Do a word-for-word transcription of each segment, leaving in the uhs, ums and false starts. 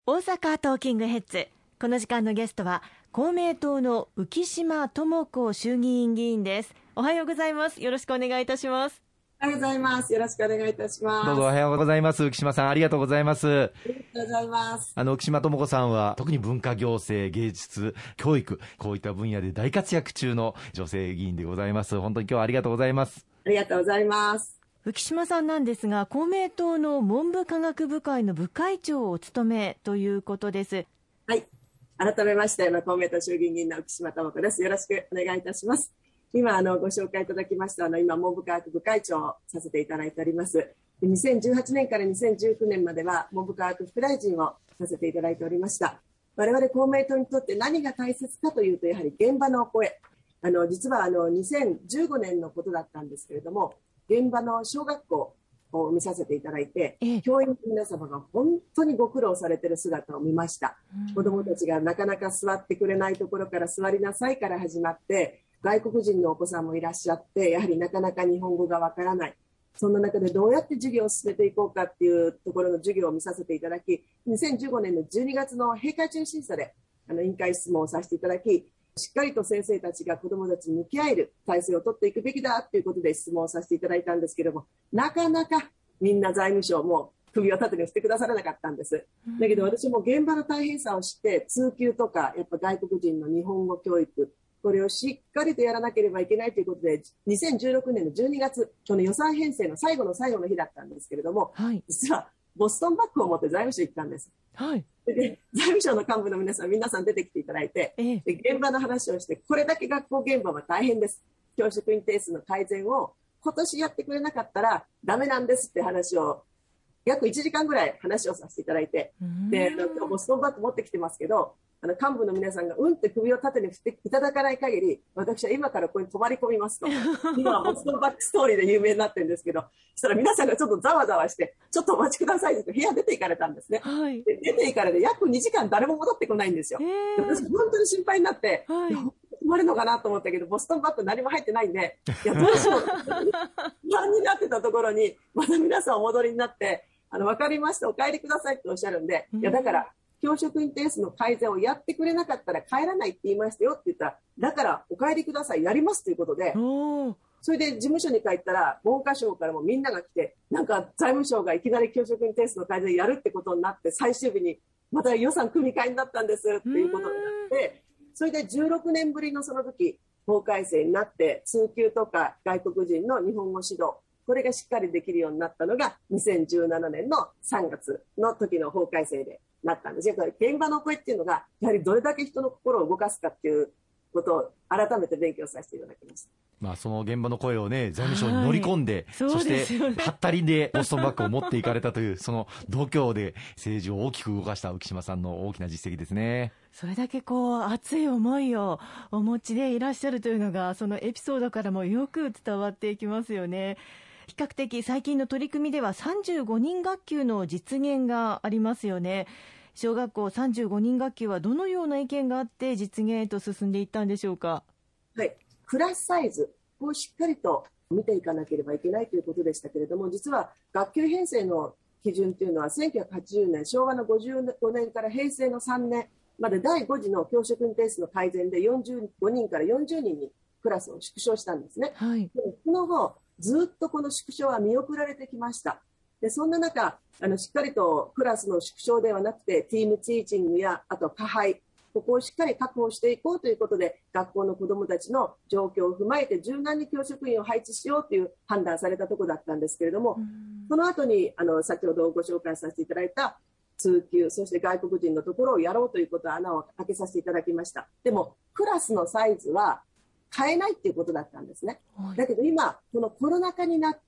大阪トーキングヘッズ。この時間のゲストは公明党の浮島智子衆議院議員です。おはようございます。よろしくお願いいたします。 おはようございます。よろしくお願いいたします。 どうぞおはようございます。浮島さん、ありがとうございます。ありがとうございます。 あの浮島智子さんは特に文化行政、芸術、教育、こういった分野で大活躍中の女性議員でございます。本当に今日はありがとうございます。 ありがとうございます。 浮島さんなんですが、公明党の文部科学部会の部会長をお務めということです。 はい、改めまして公明党衆議院議員の浮島智子です。よろしくお願いいたします。今あのご紹介いただきましたあの今文部科学部会長をさせていただいております。にせんじゅうはちねんからにせんじゅうきゅうねんまでは文部科学副大臣をさせていただいておりました。我々公明党にとって何が大切かというと、やはり現場の声、あの実はあのにせんじゅうごねんのことだったんですけれども、現場の小学校を見させていただいて、ええ、教員の皆様が本当にご苦労されている姿を見ました。子どもたちがなかなか座ってくれないところから座りなさいから始まって、外国人のお子さんもいらっしゃって、やはりなかなか日本語がわからない。そんな中でどうやって授業を進めていこうかっていうところの授業を見させていただき、にせんじゅうごねんのじゅうにがつの閉会中審査であの委員会質問をさせていただき、しっかりと先生たちが子どもたちに向き合える体制を取っていくべきだということで質問をさせていただいたんですけれども、なかなかみんな財務省も首を縦に振ってくださらなかったんです。だけど私も現場の大変さを知って、通級とかやっぱ外国人の日本語教育、これをしっかりとやらなければいけないということで、にせんじゅうろくねんのじゅうにがつ、この予算編成の最後の最後の日だったんですけれども、はい、実はボストンバッグを持って財務省行ったんです。はい、で財務省の幹部の皆さん、皆さん出てきていただいて、ええ、で現場の話をして、これだけ学校現場は大変です。教職員定数の改善を今年やってくれなかったらダメなんですって話を、約いちじかんぐらい話をさせていただいて、で今日ボストンバッグ持ってきてますけど、あの幹部の皆さんがうんって首を縦に振っていただかない限り、私は今からここに泊まり込みますと。今はボストンバッグストーリーで有名になってるんですけど、そしたら皆さんがちょっとざわざわして、ちょっとお待ちくださいって部屋出て行かれたんですね。はい、で出て行かれて約にじかん誰も戻ってこないんですよ。で私本当に心配になって、はい、泊まるのかなと思ったけど、ボストンバッグ何も入ってないんで、いやどうしよう不安になってたところに、また皆さんお戻りになって、あの分かりました、お帰りくださいっておっしゃるんで、いやだから教職員定数の改善をやってくれなかったら帰らないって言いましたよって言ったら、だからお帰りください、やりますということで、それで事務所に帰ったら文科省からもみんなが来て、なんか財務省がいきなり教職員定数の改善やるってことになって、最終日にまた予算組み替えになったんですっていうことになって、それでじゅうろくねんぶりのその時法改正になって、通級とか外国人の日本語指導、これがしっかりできるようになったのがにせんじゅうななねんのさんがつの時の法改正でなったんですよ。現場の声っていうのがやはりどれだけ人の心を動かすかっていうことを改めて勉強させていただきました。 まあ、その現場の声をね、財務省に乗り込んで、はい、そしてはったりでボストンバッグを持っていかれたというその度胸で政治を大きく動かした浮島さんの大きな実績ですね。 それだけこう熱い思いをお持ちでいらっしゃるというのが、そのエピソードからもよく伝わっていきますよね。比較的最近の取り組みではさんじゅうごにん学級の実現がありますよね。小学校さんじゅうごにん学級はどのような意見があって実現へと進んでいったんでしょうか。 はい、クラスサイズをしっかりと見ていかなければいけないということでしたけれども、実は学級編成の基準というのはせんきゅうひゃくはちじゅうねん、昭和のごじゅうごねんから平成のさんねんまでだいご次の教職員定数の改善でよんじゅうごにんからよんじゅうにんにクラスを縮小したんですね。はい、でその後ずっとこの縮小は見送られてきました。でそんな中あのしっかりとクラスの縮小ではなくてティームティーチングやあと加配、ここをしっかり確保していこうということで、学校の子どもたちの状況を踏まえて柔軟に教職員を配置しようという判断されたところだったんですけれども、その後にあの先ほどご紹介させていただいた通級、そして外国人のところをやろうということを穴を開けさせていただきました。でもクラスのサイズは変えないっていうことだったんですね。だけど今このコロナ禍になって、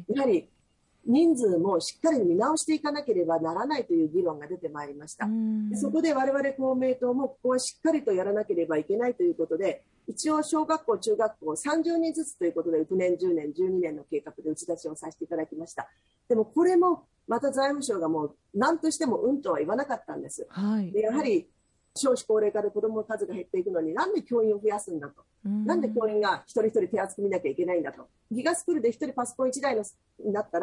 やはり人数もしっかり見直していかなければならないという議論が出てまいりました。でそこで我々公明党もここはしっかりとやらなければいけないということで、一応小学校中学校さんじゅうにんずつということできねんじゅうねんじゅうにねんの計画で打ち出しをさせていただきました。でもこれもまた財務省がもう何としてもうんとは言わなかったんです。はい、でやはり少子高齢化で子どもの数が減っていくのに、なんで教員を増やすんだと、なんで教員が一人一人手厚く見なきゃいけないんだと、ギガスクールで一人パソコンいちだいのになったら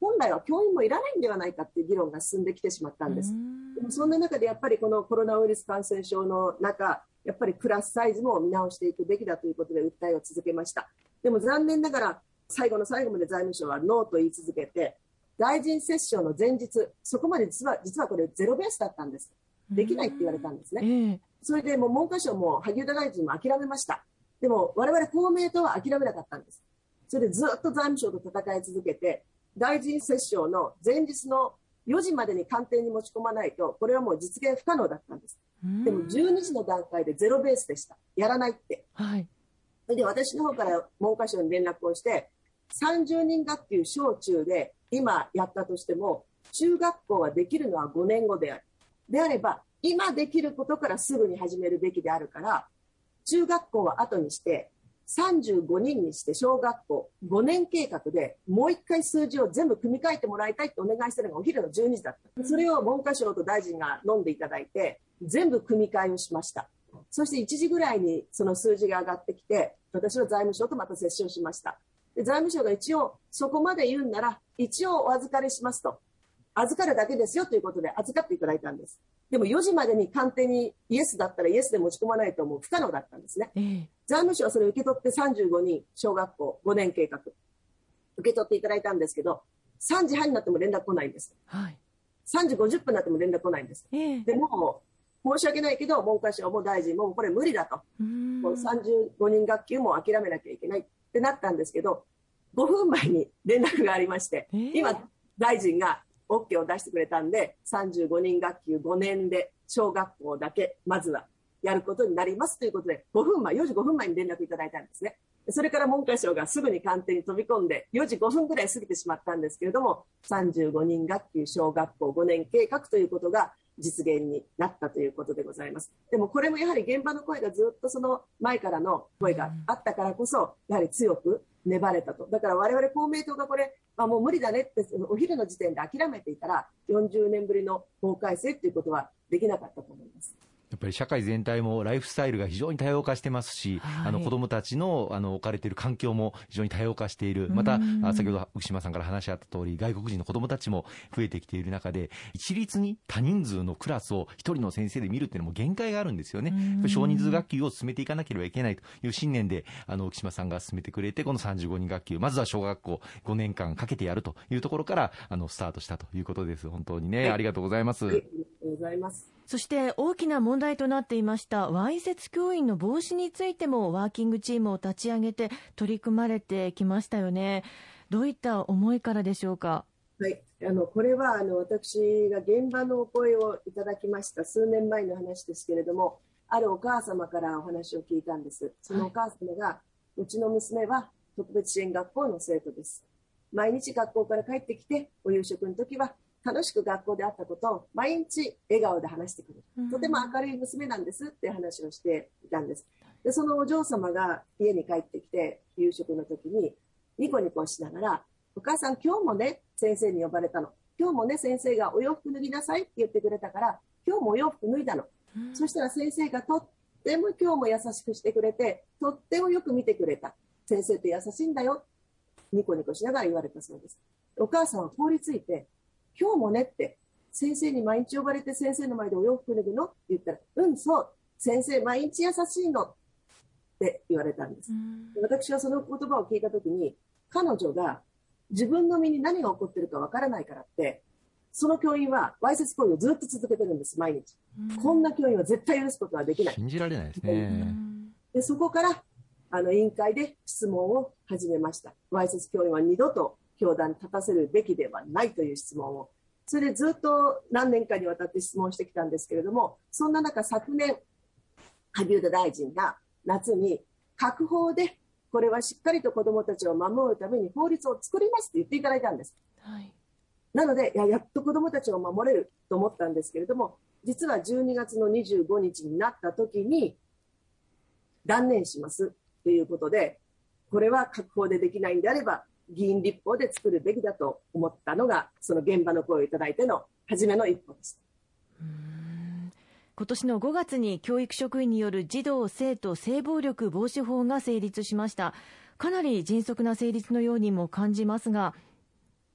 本来は教員もいらないんではないかっていう議論が進んできてしまったんです。でもそんな中でやっぱりこのコロナウイルス感染症の中、やっぱりクラスサイズも見直していくべきだということで訴えを続けました。でも残念ながら最後の最後まで財務省はノーと言い続けて、大臣折衝の前日、そこまで実は実はこれゼロベースだったんです。できないって言われたんですね。えー、それでもう文科省も萩生田大臣も諦めました。でも我々公明党は諦めなかったんです。それでずっと財務省と戦い続けて、大臣折衝の前日のよじまでに官邸に持ち込まないと、これはもう実現不可能だったんです。でもじゅうにじの段階でゼロベースでした。やらないって。はい、それで私の方から文科省に連絡をして、さんじゅうにん学級小中で今やったとしても、中学校はできるのはごねんごである。であれば、今できることからすぐに始めるべきであるから、中学校は後にして、さんじゅうごにんにして小学校ごねん計画でもう一回数字を全部組み替えてもらいたいってお願いしたのがお昼のじゅうにじだった。それを文科省と大臣が飲んでいただいて全部組み替えをしました。そしていちじぐらいにその数字が上がってきて、私は財務省とまた折衝しました。で財務省が一応そこまで言うんなら一応お預かりしますと、預かるだけですよということで預かっていただいたんです。でもよじまでに官邸にイエスだったらイエスで持ち込まないともう不可能だったんですね。えー、財務省はそれを受け取ってさんじゅうごにん小学校ごねん計画受け取っていただいたんですけど、さんじはんになっても連絡来ないんです。はい、さんじごじゅっぷんになっても連絡来ないんです。えー、でも申し訳ないけど文科省も大臣もこれ無理だと、もうさんじゅうごにん学級も諦めなきゃいけないってなったんですけど、ごふんまえに連絡がありまして、えー、今大臣が OK を出してくれたんで、さんじゅうごにん学級ごねんで小学校だけまずはやることになりますということで、ごふんまえ、よじごふんまえに連絡いただいたんですね。それから文科省がすぐに官邸に飛び込んでよじごふんぐらい過ぎてしまったんですけれども、さんじゅうごにん学級小学校ごねん計画ということが実現になったということでございます。でもこれもやはり現場の声がずっとその前からの声があったからこそ、やはり強く粘れたと。だから我々公明党がこれ、まあ、もう無理だねってお昼の時点で諦めていたらよんじゅうねんぶりの法改正ということはできなかったと思います。 やっぱり社会全体もライフスタイルが非常に多様化してますし、はい、あの子どもたちの、あの置かれている環境も非常に多様化している。また先ほど福島さんから話し合った通り、外国人の子どもたちも増えてきている中で、一律に多人数のクラスを一人の先生で見るっていうのも限界があるんですよね。少人数学級を進めていかなければいけないという信念で、あの福島さんが進めてくれて、このさんじゅうごにん学級、まずは小学校ごねんかんかけてやるというところからあのスタートしたということです。本当にね、はい、ありがとうございます。 はい、ありがとうございます。 そして大きな問題となっていましたわいせつ教員の防止についてもワーキングチームを立ち上げて取り組まれてきましたよね。どういった思いからでしょうか。 はい、あのこれはあの私が現場のお声をいただきました数年前の話ですけれども、あるお母様からお話を聞いたんです。そのお母様が、はい、うちの娘は特別支援学校の生徒です。毎日学校から帰ってきてお夕食の時は楽しく学校であったことを毎日笑顔で話してくる、うん、とても明るい娘なんですっていう話をしていたんです。でそのお嬢様が家に帰ってきて夕食の時にニコニコしながら、お母さん今日もね先生に呼ばれたの、今日もね先生がお洋服脱ぎなさいって言ってくれたから今日もお洋服脱いだの、うん、そしたら先生がとっても今日も優しくしてくれてとってもよく見てくれた、先生って優しいんだよ、ニコニコしながら言われたそうです。お母さんは凍りついて、今日もねって先生に毎日呼ばれて先生の前でお洋服脱ぐのって言ったら、うんそう先生毎日優しいのって言われたんです。私はその言葉を聞いた時に、彼女が自分の身に何が起こってるかわからないからってその教員はわいせつ行為をずっと続けてるんです。毎日こんな教員は絶対許すことはできない。 信じられないですね。 でそこからあの委員会で質問を始めました。わいせつ教員は二度と教壇に立たせるべきではないという質問を、それでずっと何年かにわたって質問してきたんですけれども、そんな中昨年萩生田大臣が夏に閣法でこれはしっかりと子どもたちを守るために法律を作りますと言っていただいたんです、はい、なのでいや、やっと子どもたちを守れると思ったんですけれども、実はじゅうにがつのにじゅうごにちになった時に断念しますということで、これは閣法でできないんであれば議員立法で作るべきだと思ったのが、その現場の声をいただいての初めの一歩です。 うーん、今年のごがつに教育職員による児童生徒性暴力防止法が成立しました。かなり迅速な成立のようにも感じますが、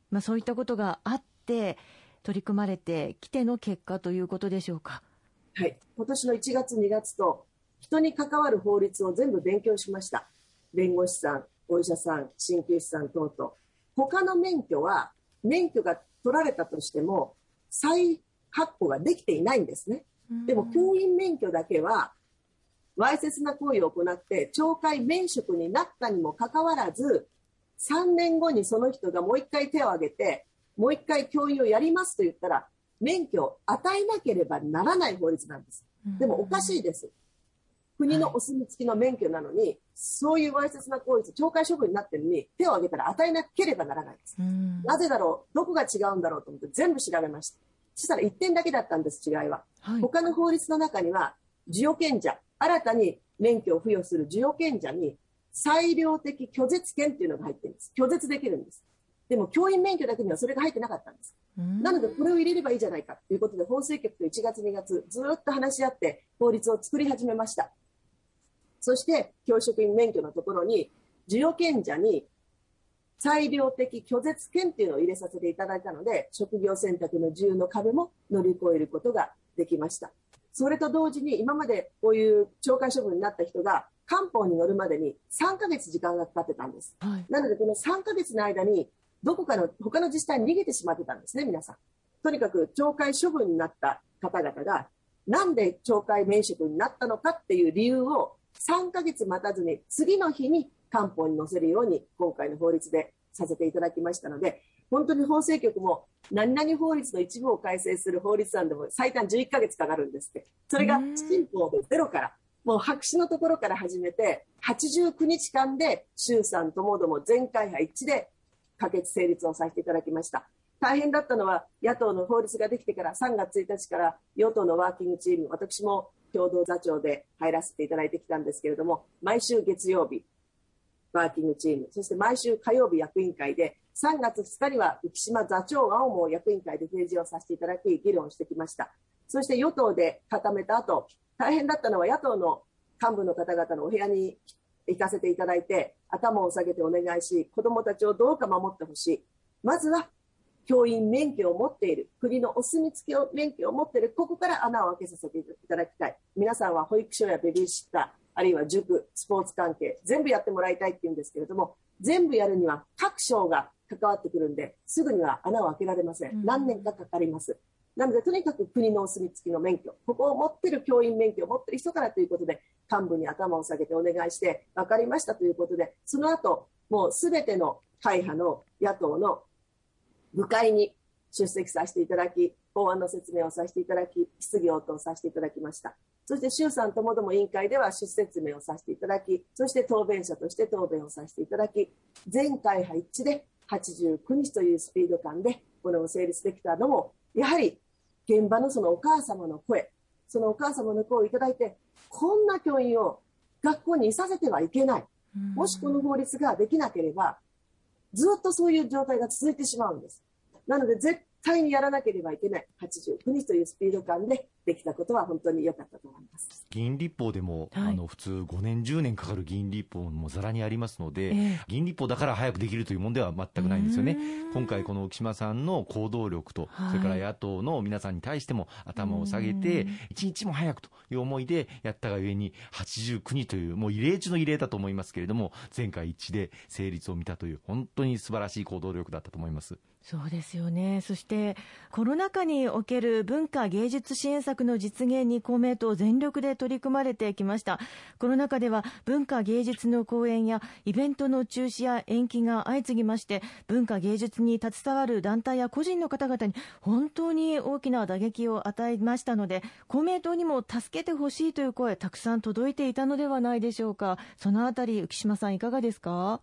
まあ、そういったことがあって取り組まれてきての結果ということでしょうか。 はい、今年のいちがつにがつと人に関わる法律を全部勉強しました。弁護士さん、お医者さん、鍼灸師さん等々。他の免許は免許が取られたとしても再発行ができていないんですね。でも教員免許だけはわいせつな行為を行って懲戒免職になったにもかかわらず、さんねんごにその人がもう一回手を挙げてもう一回教員をやりますと言ったら免許を与えなければならない法律なんです。でもおかしいです。国のお墨付きの免許なのに、はい、そういうわいせつな行為、懲戒処分になっているのに手を挙げたら与えなければならないです。なぜだろう、どこが違うんだろうと思って全部調べました。そしたらいってんだけだったんです、違いは。はい、他の法律の中には授与権者、新たに免許を付与する授与権者に裁量的拒絶権っていうのが入ってるんです。拒絶できるんです。でも教員免許だけにはそれが入ってなかったんです。なのでこれを入れればいいじゃないかということで、法制局といちがつにがつずっと話し合って法律を作り始めました。そして教職員免許のところに授与権者に裁量的拒絶権っていうのを入れさせていただいたので、職業選択の自由の壁も乗り越えることができました。それと同時に今までこういう懲戒処分になった人が官報に乗るまでにさんかげつ時間がかかってたんです。はい、なのでこのさんかげつの間にどこかの他の自治体に逃げてしまってたんですね、皆さん。とにかく懲戒処分になった方々がなんで懲戒免職になったのかっていう理由をさんかげつ待たずに次の日に官報に載せるように今回の法律でさせていただきましたので、本当に法制局も何々法律の一部を改正する法律案でも最短じゅういっかげつかかるんですって。それが新法でゼロから、もう白紙のところから始めてはちじゅうくにちかんで衆参ともども全会派一致で可決成立をさせていただきました。大変だったのは野党の法律ができてからさんがつついたちから与党のワーキングチーム、私も共同座長で入らせていただいてきたんですけれども、毎週月曜日ワーキングチーム、そして毎週火曜日役員会でさんがつふつかには浮島座長案をも役員会で提示をさせていただき議論してきました。そして与党で固めた後、大変だったのは野党の幹部の方々のお部屋に行かせていただいて頭を下げてお願いし、子どもたちをどうか守ってほしい。まずは教員免許を持っている、国のお墨付き免許を持っている、ここから穴を開けさせていただきたい。皆さんは保育所やベビーシッター、あるいは塾、スポーツ関係全部やってもらいたいって言うんですけれども、全部やるには各省が関わってくるんですぐには穴を開けられません。何年かかかります。なのでとにかく国のお墨付きの免許、ここを持っている教員免許を持っている人からということで幹部に頭を下げてお願いして分かりましたということで、その後もうすべての会派の野党の部会に出席させていただき、法案の説明をさせていただき、質疑応答させていただきました。そして衆参ともども委員会では出説明をさせていただき、そして答弁者として答弁をさせていただき、全会派一致ではちじゅうくにちというスピード感でこれを成立できたのも、やはり現場のそのお母様の声、そのお母様の声をいただいて、こんな教員を学校にいさせてはいけない。もしこの法律ができなければ、ずっとそういう状態が続いてしまうんです。なので絶対にやらなければいけない。はちじゅうくにちというスピード感でできたことは本当に良かったと思います。 議員立法でも、はい、あの普通ごねんじゅうねんかかる議員立法もざらにありますので、えー、議員立法だから早くできるというものでは全くないんですよね。今回この浮島さんの行動力と、はい、それから野党の皆さんに対しても頭を下げて一日も早くという思いでやったがゆえにはちじゅうくにちというもう異例中の異例だと思いますけれども、全会一致で成立を見たという本当に素晴らしい行動力だったと思います。 そうですよね。そしてコロナ禍における文化芸術支援策の実現に公明党全力で取り組まれてきました。コロナ禍では文化芸術の公演やイベントの中止や延期が相次ぎまして、文化芸術に携わる団体や個人の方々に本当に大きな打撃を与えましたので、公明党にも助けてほしいという声たくさん届いていたのではないでしょうか。そのあたり浮島さんいかがですか？ はい、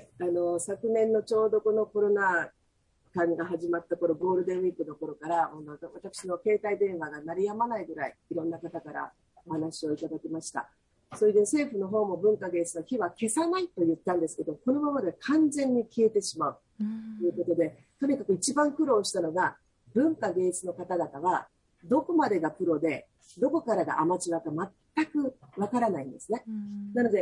あの昨年のちょうどこのコロナ間が始まった頃、ゴールデンウィークの頃から私の携帯電話が鳴りやまないぐらいいろんな方からお話をいただきました。それで政府の方も文化芸術の火は消さないと言ったんですけど、このままで完全に消えてしまうということで、とにかく一番苦労したのが文化芸術の方々はどこまでがプロでどこからがアマチュアか全くわからないんですね。なので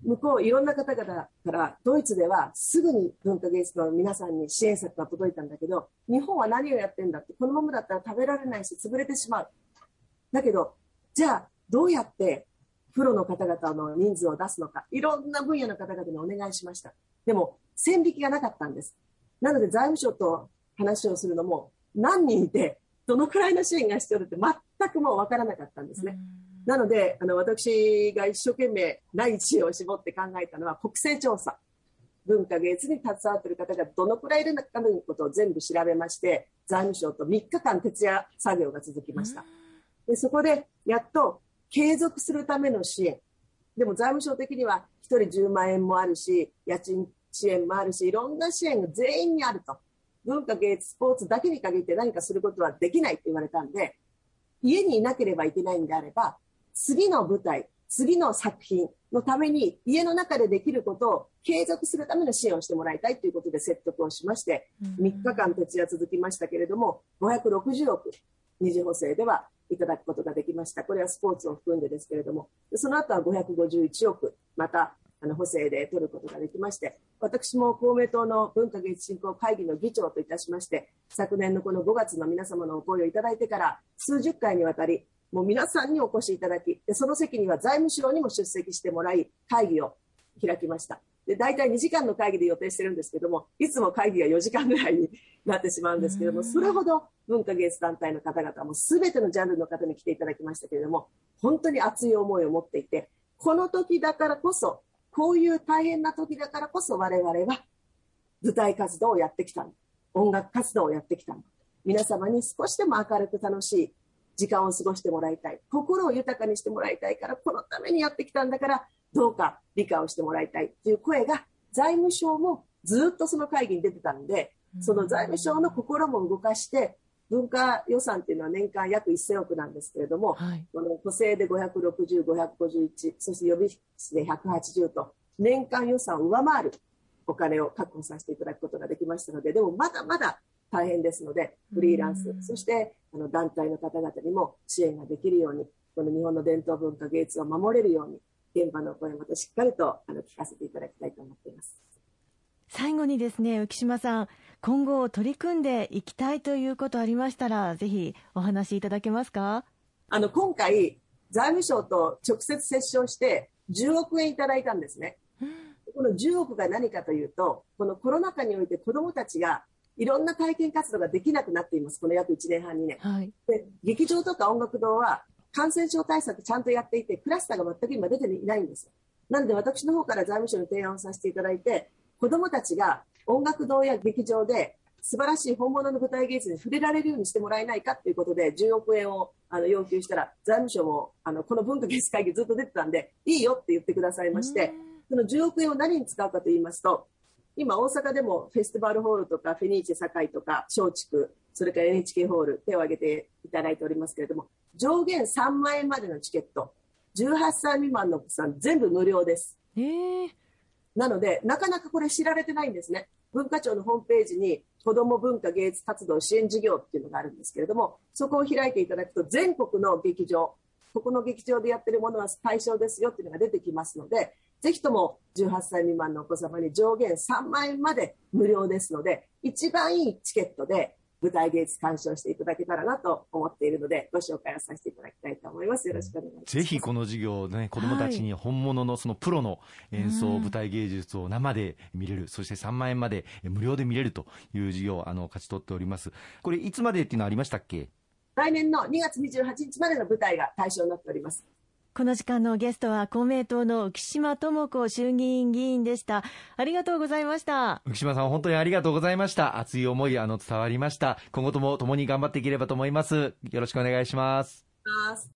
向こういろんな方々からドイツではすぐに文化芸術の皆さんに支援策が届いたんだけど、日本は何をやってんだって、このままだったら食べられないし潰れてしまう。だけどじゃあどうやってプロの方々の人数を出すのか、いろんな分野の方々にお願いしました。でも線引きがなかったんです。なので財務省と話をするのも何人いてどのくらいの支援が必要だって全くもう分からなかったんですね。なのであの私が一生懸命第一を絞って考えたのは国勢調査。文化芸術に携わっている方がどのくらいいるのかということを全部調べまして、財務省とみっかかん徹夜作業が続きました。でそこでやっと継続するための支援。でも財務省的にはひとりじゅうまんえんもあるし、家賃支援もあるし、いろんな支援が全員にあると。文化芸術スポーツだけに限って何かすることはできないって言われたんで、家にいなければいけないんであれば、次の舞台、次の作品のために家の中でできることを継続するための支援をしてもらいたいということで説得をしまして、みっかかん徹夜続きましたけれども、ごひゃくろくじゅうおく二次補正ではいただくことができました。これはスポーツを含んでですけれども、その後はごひゃくごじゅういちおくまたあの補正で取ることができまして、私も公明党の文化芸術振興会議の議長といたしまして、昨年のこのごがつの皆様のお声をいただいてから数十回にわたりもう皆さんにお越しいただき、でその席には財務省にも出席してもらい会議を開きました。で大体にじかんの会議で予定してるんですけども、いつも会議がよじかんぐらいになってしまうんですけども、それほど文化芸術団体の方々も全てのジャンルの方に来ていただきましたけれども、本当に熱い思いを持っていて、この時だからこそ、こういう大変な時だからこそ我々は舞台活動をやってきたんだ、音楽活動をやってきたんだ、皆様に少しでも明るく楽しい時間を過ごしてもらいたい、心を豊かにしてもらいたいから、このためにやってきたんだからどうか理解をしてもらいたいという声が、財務省もずっとその会議に出てたので、その財務省の心も動かして、文化予算っていうのは年間約せんおくなんですけれども、はい、この補正でごひゃくろくじゅう、ごひゃくごじゅういち、そして予備費でひゃくはちじゅうと年間予算を上回るお金を確保させていただくことができましたので、でもまだまだ大変ですので、フリーランス、そしてあの団体の方々にも支援ができるように、この日本の伝統文化芸術を守れるように、現場の声をまたしっかりとあの聞かせていただきたいと思っています。 最後にですね、浮島さん、今後取り組んでいきたいということありましたら、ぜひお話しいただけますか。 あの今回財務省と直接折衝してじゅうおくえんいただいたんですね。このじゅうおくが何かというと、このコロナ禍において子どもたちがいろんな体験活動ができなくなっています。この約いちねんはんにねん、はい、で劇場とか音楽堂は感染症対策ちゃんとやっていて、クラスターが全く今出ていないんです。なので私の方から財務省に提案をさせていただいて、子どもたちが音楽堂や劇場で素晴らしい本物の舞台芸術に触れられるようにしてもらえないかということでじゅうおくえんをあの要求したら、財務省もあのこの文化芸術会議ずっと出てたんでいいよって言ってくださいまして、そのじゅうおくえんを何に使うかと言いますと、今大阪でもフェスティバルホールとかフェニーチェ堺とか松竹、それから エヌエイチケー ホール手を挙げていただいておりますけれども、上限さんまんえんまでのチケット、じゅうはっさい未満のお子さん全部無料です。 えーなのでなかなかこれ知られてないんですね。文化庁のホームページに子ども文化芸術活動支援事業っていうのがあるんですけれども、そこを開いていただくと全国の劇場、ここの劇場でやってるものは対象ですよっていうのが出てきますので、ぜひともじゅうはっさい未満のお子様に上限さんまんえんまで無料ですので、一番いいチケットで舞台芸術鑑賞していただけたらなと思っているので、ご紹介をさせていただきたいと思います。よろしくお願いします。 ぜひこの授業をね、子どもたちに本物のそのプロの演奏、舞台芸術を生で見れる、そしてさんまんえんまで無料で見れるという授業をあの勝ち取っております。これいつまでっていうのはありましたっけ？ 来年のにがつにじゅうはちにちまでの舞台が対象になっております。 この時間のゲストは公明党の浮島智子衆議院議員でした。ありがとうございました。 浮島さん、本当にありがとうございました。熱い思いあの伝わりました。今後とも共に頑張っていければと思います。よろしくお願いします。